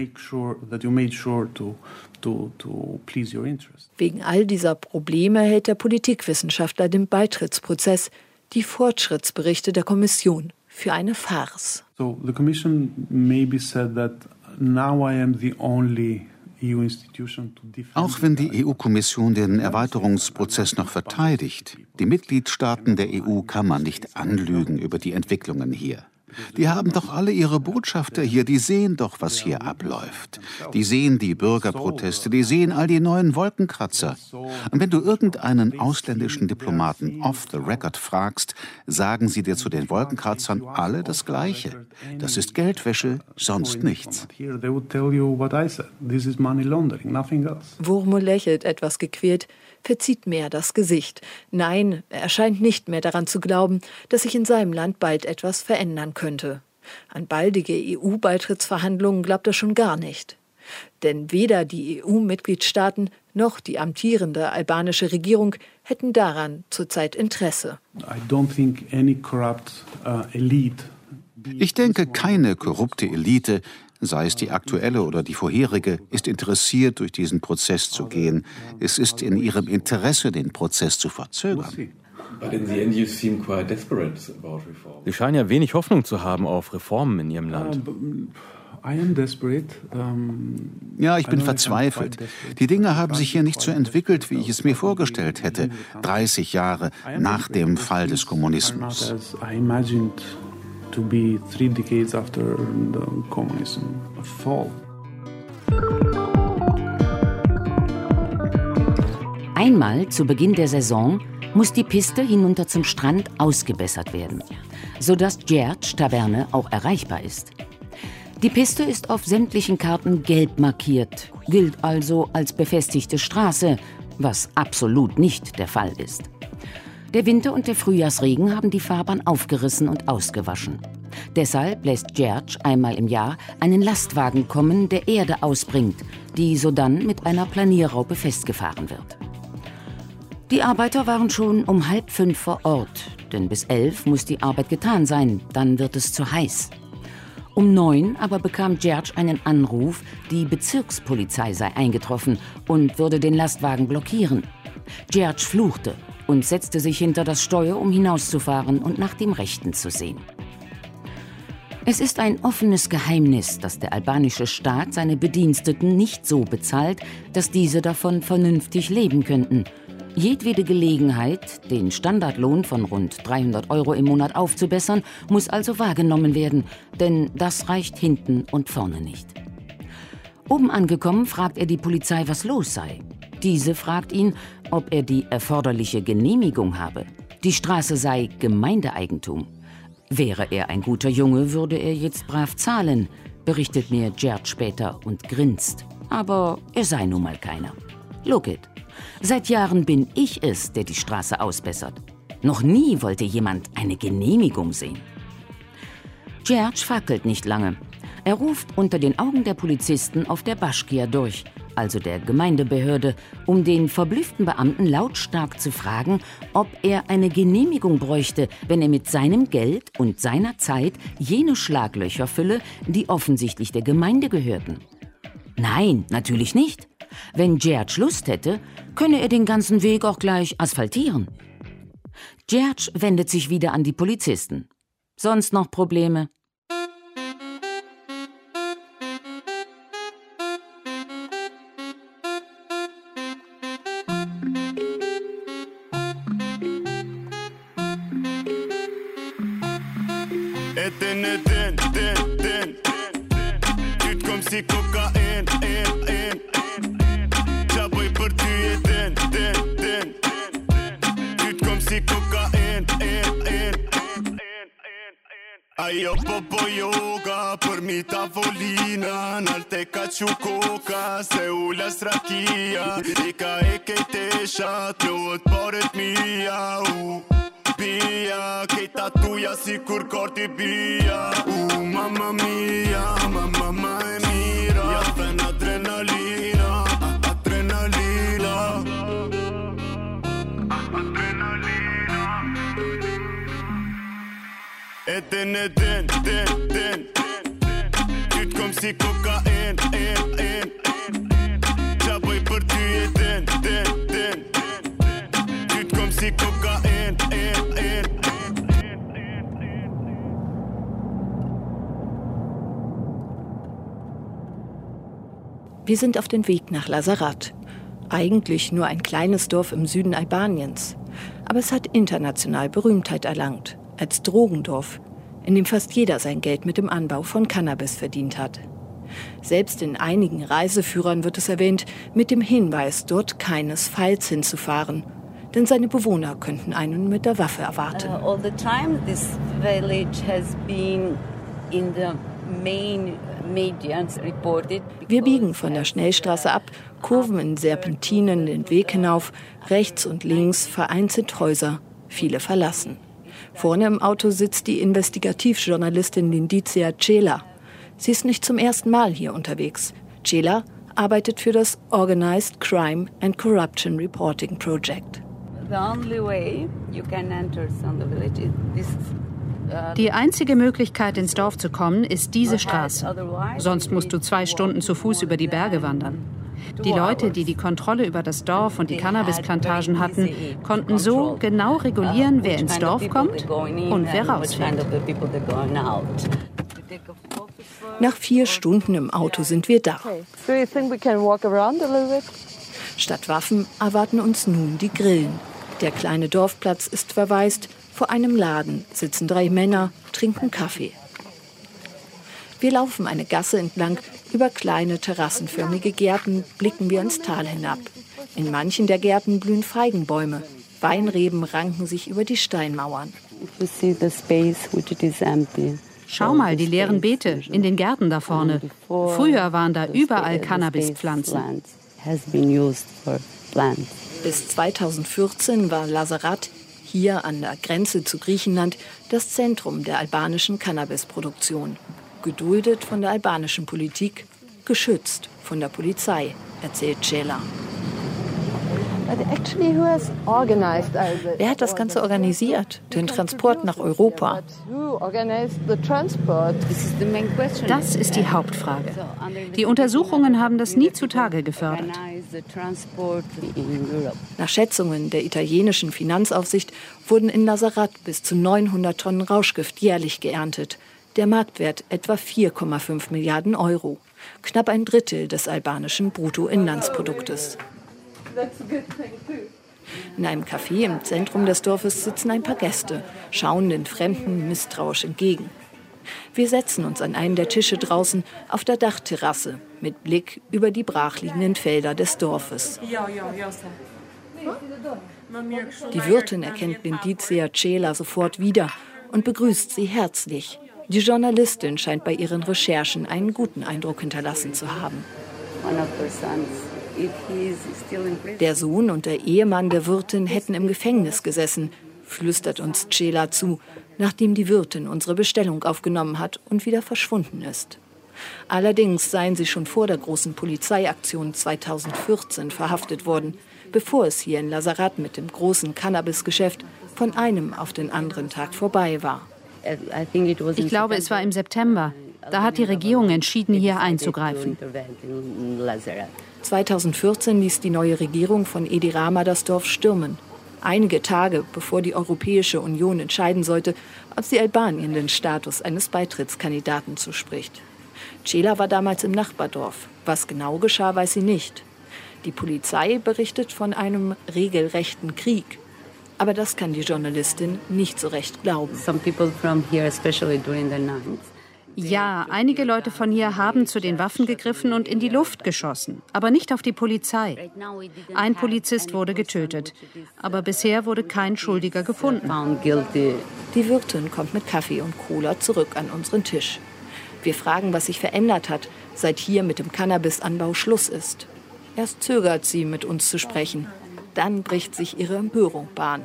Wegen all dieser Probleme hält der Politikwissenschaftler den Beitrittsprozess, die Fortschrittsberichte der Kommission, für eine Farce. So the Commission maybe said that now I am the only Auch wenn die E U-Kommission den Erweiterungsprozess noch verteidigt, die Mitgliedstaaten der E U kann man nicht anlügen über die Entwicklungen hier. Die haben doch alle ihre Botschafter hier, die sehen doch, was hier abläuft. Die sehen die Bürgerproteste, die sehen all die neuen Wolkenkratzer. Und wenn du irgendeinen ausländischen Diplomaten off the record fragst, sagen sie dir zu den Wolkenkratzern alle das Gleiche. Das ist Geldwäsche, sonst nichts. Wurmo lächelt etwas gequält, verzieht mehr das Gesicht. Nein, er scheint nicht mehr daran zu glauben, dass sich in seinem Land bald etwas verändern könnte. An baldige E U-Beitrittsverhandlungen glaubt er schon gar nicht. Denn weder die E U-Mitgliedstaaten noch die amtierende albanische Regierung hätten daran zurzeit Interesse. I don't think any corrupt uh, elite. Ich denke, keine korrupte Elite, sei es die aktuelle oder die vorherige, ist interessiert, durch diesen Prozess zu gehen. Es ist in ihrem Interesse, den Prozess zu verzögern. Sie scheinen ja wenig Hoffnung zu haben auf Reformen in Ihrem Land. Ja, ich bin verzweifelt. Die Dinge haben sich hier nicht so entwickelt, wie ich es mir vorgestellt hätte, dreißig Jahre nach dem Fall des Kommunismus. To be three decades after the communism fall. Einmal zu Beginn der Saison muss die Piste hinunter zum Strand ausgebessert werden, sodass Gyergy Taverne auch erreichbar ist. Die Piste ist auf sämtlichen Karten gelb markiert, gilt also als befestigte Straße, was absolut nicht der Fall ist. Der Winter- und der Frühjahrsregen haben die Fahrbahn aufgerissen und ausgewaschen. Deshalb lässt Gyergy einmal im Jahr einen Lastwagen kommen, der Erde ausbringt, die sodann mit einer Planierraupe festgefahren wird. Die Arbeiter waren schon um halb fünf vor Ort, denn bis elf muss die Arbeit getan sein, dann wird es zu heiß. Um neun aber bekam Gyergy einen Anruf, die Bezirkspolizei sei eingetroffen und würde den Lastwagen blockieren. Gyergy fluchte und setzte sich hinter das Steuer, um hinauszufahren und nach dem Rechten zu sehen. Es ist ein offenes Geheimnis, dass der albanische Staat seine Bediensteten nicht so bezahlt, dass diese davon vernünftig leben könnten. Jedwede Gelegenheit, den Standardlohn von rund dreihundert Euro im Monat aufzubessern, muss also wahrgenommen werden, denn das reicht hinten und vorne nicht. Oben angekommen, fragt er die Polizei, was los sei. Diese fragt ihn, ob er die erforderliche Genehmigung habe. Die Straße sei Gemeindeeigentum. Wäre er ein guter Junge, würde er jetzt brav zahlen, berichtet mir Gyergy später und grinst. Aber er sei nun mal keiner. Look it. Seit Jahren bin ich es, der die Straße ausbessert. Noch nie wollte jemand eine Genehmigung sehen. Gyergy fackelt nicht lange. Er ruft unter den Augen der Polizisten auf der Bashkia durch, also der Gemeindebehörde, um den verblüfften Beamten lautstark zu fragen, ob er eine Genehmigung bräuchte, wenn er mit seinem Geld und seiner Zeit jene Schlaglöcher fülle, die offensichtlich der Gemeinde gehörten. Nein, natürlich nicht. Wenn Gyergy Lust hätte, könne er den ganzen Weg auch gleich asphaltieren. Gyergy wendet sich wieder an die Polizisten. Sonst noch Probleme? Io popo yoga per mi tavolina Nalte kachukoka se ula strakia Ika eke tesha Tluot poret mia U Pia Ke tatuja si kur korti bia U mamma mia Mamma ma e mira Ja fen adrenalina Adrenalina Et den, et den, den, den Ut kom si kokain, in, in Ja boy për ty e den, den, den Ut kom si kokain, in, in Wir sind auf dem Weg nach Lazarat. Eigentlich nur ein kleines Dorf im Süden Albaniens. Aber es hat international Berühmtheit erlangt. Als Drogendorf, in dem fast jeder sein Geld mit dem Anbau von Cannabis verdient hat. Selbst in einigen Reiseführern wird es erwähnt, mit dem Hinweis, dort keinesfalls hinzufahren. Denn seine Bewohner könnten einen mit der Waffe erwarten. Uh, all the time this village has been in the main media reported. Wir biegen von der Schnellstraße ab, kurven in Serpentinen den Weg hinauf, rechts und links vereinzelt Häuser, viele verlassen. Vorne im Auto sitzt die Investigativjournalistin Lindizia Cela. Sie ist nicht zum ersten Mal hier unterwegs. Cela arbeitet für das Organized Crime and Corruption Reporting Project. The only way you can enter the village is this. Die einzige Möglichkeit, ins Dorf zu kommen, ist diese Straße. Sonst musst du zwei Stunden zu Fuß über die Berge wandern. Die Leute, die die Kontrolle über das Dorf und die Cannabisplantagen hatten, konnten so genau regulieren, wer ins Dorf kommt und wer rausfährt. Nach vier Stunden im Auto sind wir da. Statt Waffen erwarten uns nun die Grillen. Der kleine Dorfplatz ist verwaist. Vor einem Laden sitzen drei Männer, trinken Kaffee. Wir laufen eine Gasse entlang. Über kleine terrassenförmige Gärten blicken wir ins Tal hinab. In manchen der Gärten blühen Feigenbäume. Weinreben ranken sich über die Steinmauern. Schau mal, die leeren Beete in den Gärten da vorne. Früher waren da überall Cannabispflanzen. Bis zweitausendvierzehn war Lazarat, hier an der Grenze zu Griechenland, das Zentrum der albanischen Cannabisproduktion. Geduldet von der albanischen Politik, geschützt von der Polizei, erzählt Cela. Wer hat das Ganze organisiert? Den Transport nach Europa? Das ist die Hauptfrage. Die Untersuchungen haben das nie zutage gefördert. Nach Schätzungen der italienischen Finanzaufsicht wurden in Lazarat bis zu neunhundert Tonnen Rauschgift jährlich geerntet. Der Marktwert etwa vier Komma fünf Milliarden Euro. Knapp ein Drittel des albanischen Bruttoinlandsproduktes. In einem Café im Zentrum des Dorfes sitzen ein paar Gäste, schauen den Fremden misstrauisch entgegen. Wir setzen uns an einen der Tische draußen auf der Dachterrasse mit Blick über die brachliegenden Felder des Dorfes. Die Wirtin erkennt Lindizia Cela sofort wieder und begrüßt sie herzlich. Die Journalistin scheint bei ihren Recherchen einen guten Eindruck hinterlassen zu haben. Der Sohn und der Ehemann der Wirtin hätten im Gefängnis gesessen, flüstert uns Cela zu, nachdem die Wirtin unsere Bestellung aufgenommen hat und wieder verschwunden ist. Allerdings seien sie schon vor der großen Polizeiaktion zweitausendvierzehn verhaftet worden, bevor es hier in Lazarat mit dem großen Cannabisgeschäft von einem auf den anderen Tag vorbei war. Ich glaube, es war im September. Da hat die Regierung entschieden, hier einzugreifen. zweitausendvierzehn ließ die neue Regierung von Edi Rama das Dorf stürmen. Einige Tage, bevor die Europäische Union entscheiden sollte, ob sie Albanien den Status eines Beitrittskandidaten zuspricht. Cela war damals im Nachbardorf. Was genau geschah, weiß sie nicht. Die Polizei berichtet von einem regelrechten Krieg. Aber das kann die Journalistin nicht so recht glauben. Ja, einige Leute von hier haben zu den Waffen gegriffen und in die Luft geschossen, aber nicht auf die Polizei. Ein Polizist wurde getötet, aber bisher wurde kein Schuldiger gefunden. Die Wirtin kommt mit Kaffee und Cola zurück an unseren Tisch. Wir fragen, was sich verändert hat, seit hier mit dem Cannabisanbau Schluss ist. Erst zögert sie, mit uns zu sprechen. Dann bricht sich ihre Empörung Bahn.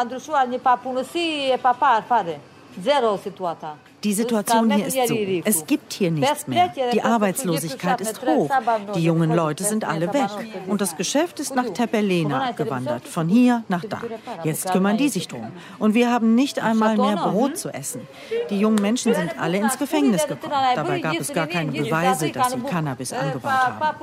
Die Situation hier ist so. Es gibt hier nichts mehr. Die Arbeitslosigkeit ist hoch. Die jungen Leute sind alle weg. Und das Geschäft ist nach Tepelena gewandert. Von hier nach da. Jetzt kümmern die sich drum. Und wir haben nicht einmal mehr Brot zu essen. Die jungen Menschen sind alle ins Gefängnis gekommen. Dabei gab es gar keine Beweise, dass sie Cannabis angebaut haben.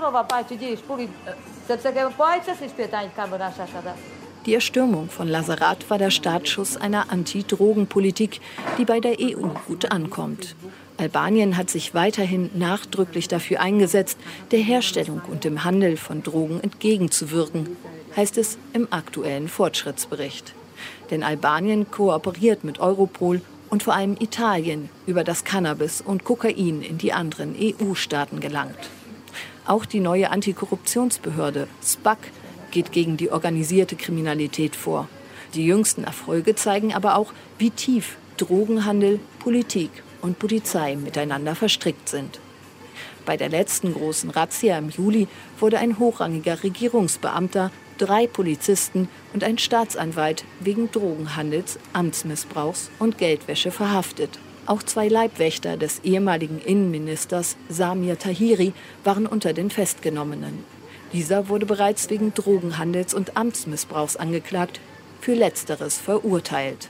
Die Erstürmung von Lazarat war der Startschuss einer Anti-Drogen-Politik, die bei der E U gut ankommt. Albanien hat sich weiterhin nachdrücklich dafür eingesetzt, der Herstellung und dem Handel von Drogen entgegenzuwirken, heißt es im aktuellen Fortschrittsbericht. Denn Albanien kooperiert mit Europol und vor allem Italien, über das Cannabis und Kokain in die anderen E U-Staaten gelangt. Auch die neue Antikorruptionsbehörde S P A C geht gegen die organisierte Kriminalität vor. Die jüngsten Erfolge zeigen aber auch, wie tief Drogenhandel, Politik und Polizei miteinander verstrickt sind. Bei der letzten großen Razzia im Juli wurde ein hochrangiger Regierungsbeamter, drei Polizisten und ein Staatsanwalt wegen Drogenhandels, Amtsmissbrauchs und Geldwäsche verhaftet. Auch zwei Leibwächter des ehemaligen Innenministers Samir Tahiri waren unter den Festgenommenen. Dieser wurde bereits wegen Drogenhandels und Amtsmissbrauchs angeklagt, für Letzteres verurteilt.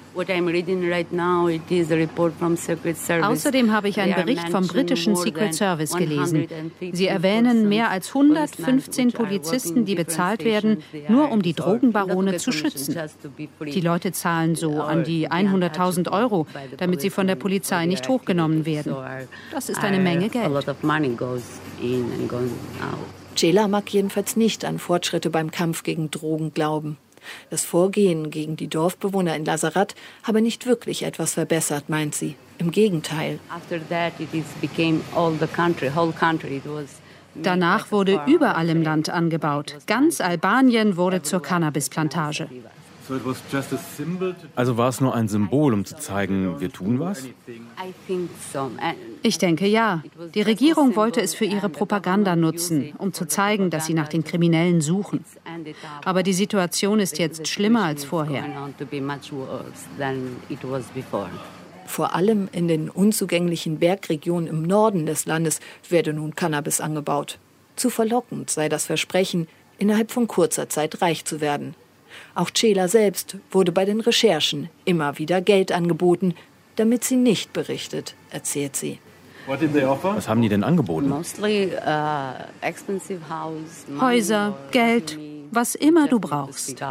Außerdem habe ich einen Bericht vom britischen Secret Service gelesen. Sie erwähnen mehr als hundertfünfzehn Polizisten, die bezahlt werden, nur um die Drogenbarone zu schützen. Die Leute zahlen so an die hunderttausend Euro, damit sie von der Polizei nicht hochgenommen werden. Das ist eine Menge Geld. Cela mag jedenfalls nicht an Fortschritte beim Kampf gegen Drogen glauben. Das Vorgehen gegen die Dorfbewohner in Lazarat habe nicht wirklich etwas verbessert, meint sie. Im Gegenteil. Danach wurde überall im Land angebaut. Ganz Albanien wurde zur Cannabisplantage. Also war es nur ein Symbol, um zu zeigen, wir tun was? Ich denke ja. Die Regierung wollte es für ihre Propaganda nutzen, um zu zeigen, dass sie nach den Kriminellen suchen. Aber die Situation ist jetzt schlimmer als vorher. Vor allem in den unzugänglichen Bergregionen im Norden des Landes werde nun Cannabis angebaut. Zu verlockend sei das Versprechen, innerhalb von kurzer Zeit reich zu werden. Auch Cela selbst wurde bei den Recherchen immer wieder Geld angeboten, damit sie nicht berichtet, erzählt sie. Was haben die denn angeboten? Häuser, Geld, was immer du brauchst.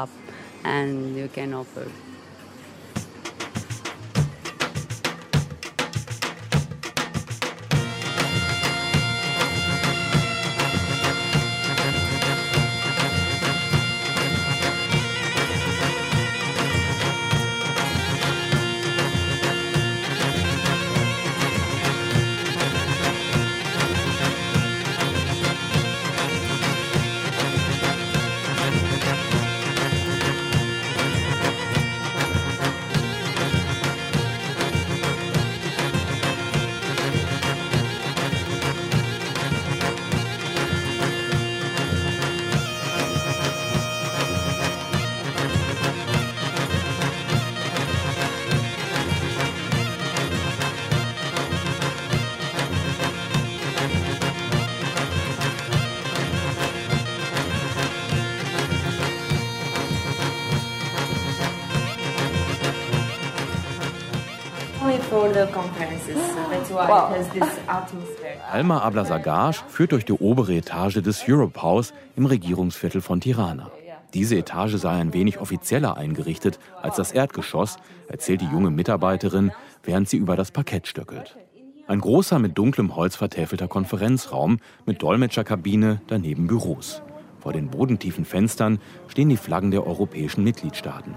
Alma Ablasagaj führt durch die obere Etage des Europe House im Regierungsviertel von Tirana. Diese Etage sei ein wenig offizieller eingerichtet als das Erdgeschoss, erzählt die junge Mitarbeiterin, während sie über das Parkett stöckelt. Ein großer, mit dunklem Holz vertäfelter Konferenzraum mit Dolmetscherkabine, daneben Büros. Vor den bodentiefen Fenstern stehen die Flaggen der europäischen Mitgliedstaaten.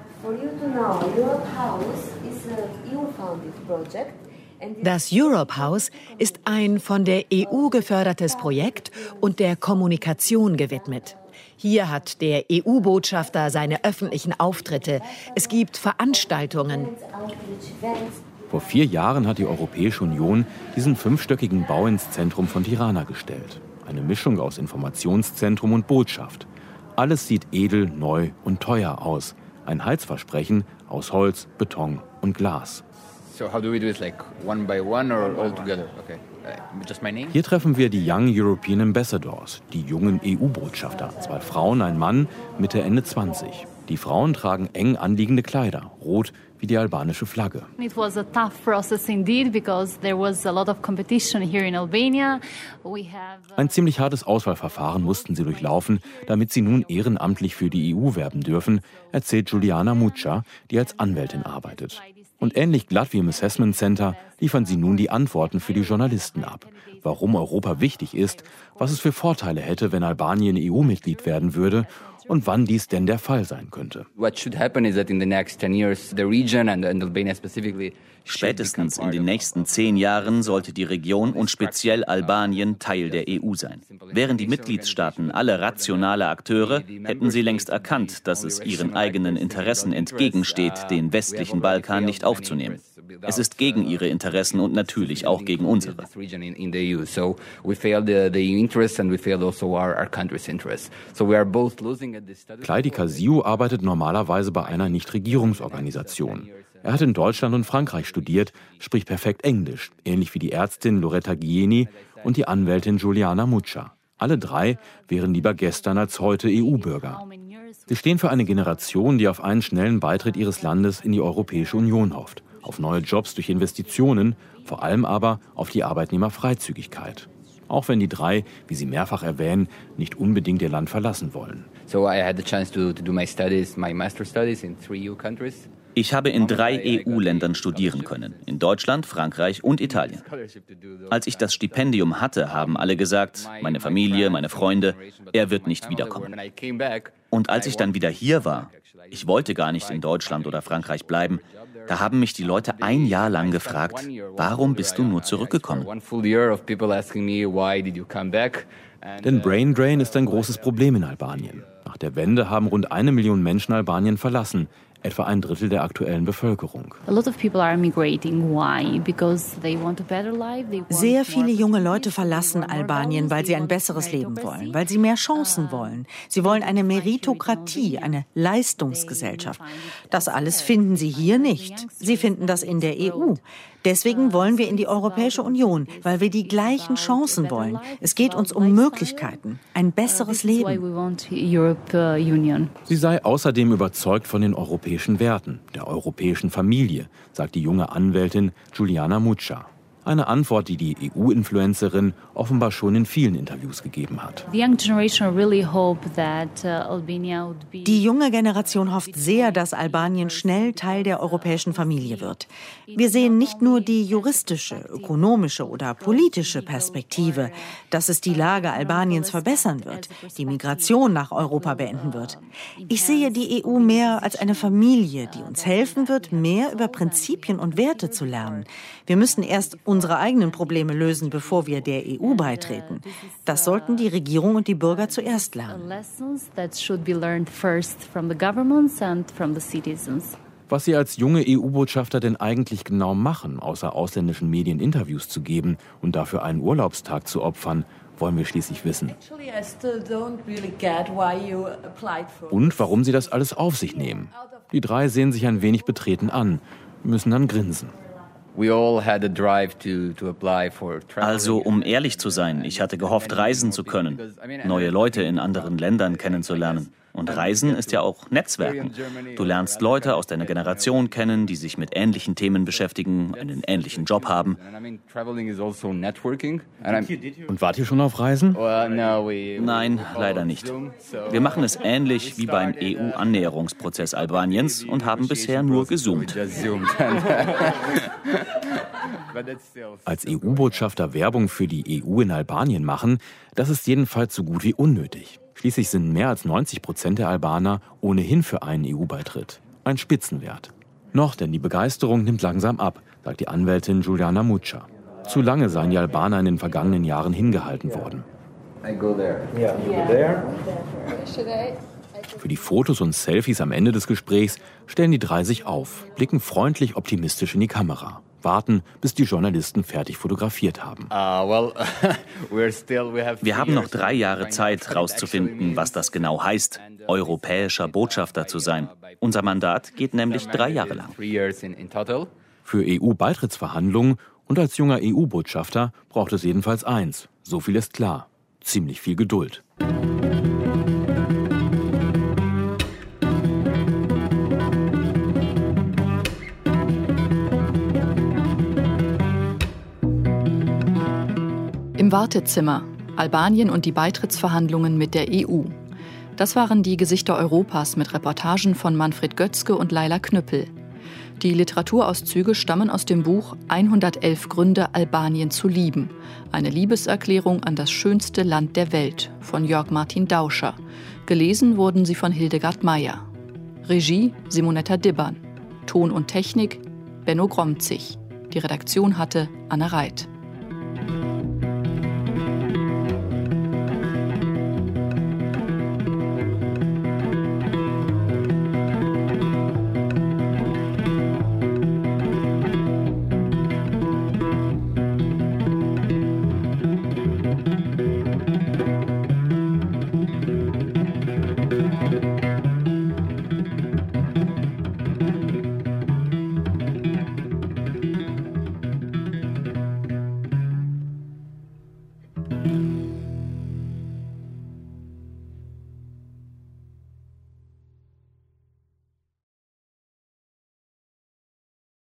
Das Europe House ist ein von der E U gefördertes Projekt und der Kommunikation gewidmet. Hier hat der E U-Botschafter seine öffentlichen Auftritte. Es gibt Veranstaltungen. Vor vier Jahren hat die Europäische Union diesen fünfstöckigen Bau ins Zentrum von Tirana gestellt. Eine Mischung aus Informationszentrum und Botschaft. Alles sieht edel, neu und teuer aus. Ein Heilsversprechen aus Holz, Beton und Glas. Hier treffen wir die Young European Ambassadors, die jungen E U-Botschafter. Zwei Frauen, ein Mann, Mitte, Ende zwanzig. Die Frauen tragen eng anliegende Kleider, rot wie die albanische Flagge. It was a tough process indeed because there was a lot of competition here in Albania. We have Ein ziemlich hartes Auswahlverfahren mussten sie durchlaufen, damit sie nun ehrenamtlich für die E U werben dürfen, erzählt Juliana Mucha, die als Anwältin arbeitet. Und ähnlich glatt wie im Assessment Center liefern sie nun die Antworten für die Journalisten ab. Warum Europa wichtig ist, was es für Vorteile hätte, wenn Albanien E U-Mitglied werden würde und wann dies denn der Fall sein könnte. Spätestens in den nächsten zehn Jahren sollte die Region und speziell Albanien Teil der E U sein. Wären die Mitgliedstaaten alle rationale Akteure, hätten sie längst erkannt, dass es ihren eigenen Interessen entgegensteht, den westlichen Balkan nicht aufzunehmen. Es ist gegen ihre Interessen und natürlich auch gegen unsere. Kleidi Kasiu arbeitet normalerweise bei einer Nichtregierungsorganisation. Er hat in Deutschland und Frankreich studiert, spricht perfekt Englisch, ähnlich wie die Ärztin Loretta Gieni und die Anwältin Juliana Mucha. Alle drei wären lieber gestern als heute E U-Bürger. Sie stehen für eine Generation, die auf einen schnellen Beitritt ihres Landes in die Europäische Union hofft, auf neue Jobs durch Investitionen, vor allem aber auf die Arbeitnehmerfreizügigkeit. Auch wenn die drei, wie sie mehrfach erwähnen, nicht unbedingt ihr Land verlassen wollen. So I had the chance to, to do my studies, my master studies in three E U countries. Ich habe in drei E U-Ländern studieren können, in Deutschland, Frankreich und Italien. Als ich das Stipendium hatte, haben alle gesagt, meine Familie, meine Freunde, er wird nicht wiederkommen. Und als ich dann wieder hier war, ich wollte gar nicht in Deutschland oder Frankreich bleiben, da haben mich die Leute ein Jahr lang gefragt, warum bist du nur zurückgekommen? Denn Brain Drain ist ein großes Problem in Albanien. Nach der Wende haben rund eine Million Menschen Albanien verlassen, etwa ein Drittel der aktuellen Bevölkerung. Sehr viele junge Leute verlassen Albanien, weil sie ein besseres Leben wollen, weil sie mehr Chancen wollen. Sie wollen eine Meritokratie, eine Leistungsgesellschaft. Das alles finden sie hier nicht. Sie finden das in der E U. Deswegen wollen wir in die Europäische Union, weil wir die gleichen Chancen wollen. Es geht uns um Möglichkeiten, ein besseres Leben. Sie sei außerdem überzeugt von den europäischen Werten, der europäischen Familie, sagt die junge Anwältin Juliana Mucha. Eine Antwort, die die E U-Influencerin offenbar schon in vielen Interviews gegeben hat. Die junge Generation hofft sehr, dass Albanien schnell Teil der europäischen Familie wird. Wir sehen nicht nur die juristische, ökonomische oder politische Perspektive, dass es die Lage Albaniens verbessern wird, die Migration nach Europa beenden wird. Ich sehe die E U mehr als eine Familie, die uns helfen wird, mehr über Prinzipien und Werte zu lernen. Wir müssen erst unsere eigenen Probleme lösen, bevor wir der E U beitreten. Das sollten die Regierung und die Bürger zuerst lernen. Was Sie als junge E U-Botschafter denn eigentlich genau machen, außer ausländischen Medien Interviews zu geben und dafür einen Urlaubstag zu opfern, wollen wir schließlich wissen. Und warum Sie das alles auf sich nehmen. Die drei sehen sich ein wenig betreten an, müssen dann grinsen. Also, um ehrlich zu sein, ich hatte gehofft, reisen zu können, neue Leute in anderen Ländern kennenzulernen. Und Reisen ist ja auch Netzwerken. Du lernst Leute aus deiner Generation kennen, die sich mit ähnlichen Themen beschäftigen, einen ähnlichen Job haben. Und wart ihr schon auf Reisen? Nein, leider nicht. Wir machen es ähnlich wie beim E U-Annäherungsprozess Albaniens und haben bisher nur gezoomt. Als E U-Botschafter Werbung für die E U in Albanien machen, das ist jedenfalls so gut wie unnötig. Schließlich sind mehr als neunzig Prozent der Albaner ohnehin für einen E U-Beitritt. Ein Spitzenwert. Noch, denn die Begeisterung nimmt langsam ab, sagt die Anwältin Juliana Mucha. Zu lange seien die Albaner in den vergangenen Jahren hingehalten worden. Für die Fotos und Selfies am Ende des Gesprächs stellen die drei sich auf, blicken freundlich optimistisch in die Kamera. Warten, bis die Journalisten fertig fotografiert haben. Wir haben noch drei Jahre Zeit, herauszufinden, was das genau heißt, europäischer Botschafter zu sein. Unser Mandat geht nämlich drei Jahre lang. Für E U-Beitrittsverhandlungen und als junger E U-Botschafter braucht es jedenfalls eins. So viel ist klar. Ziemlich viel Geduld. Im Wartezimmer. Albanien und die Beitrittsverhandlungen mit der E U. Das waren die Gesichter Europas mit Reportagen von Manfred Götzke und Laila Knüppel. Die Literaturauszüge stammen aus dem Buch hundertelf Gründe, Albanien zu lieben. Eine Liebeserklärung an das schönste Land der Welt von Jörg Martin Dauscher. Gelesen wurden sie von Hildegard Meyer. Regie Simonetta Dibban. Ton und Technik Benno Gromzig. Die Redaktion hatte Anna Reit.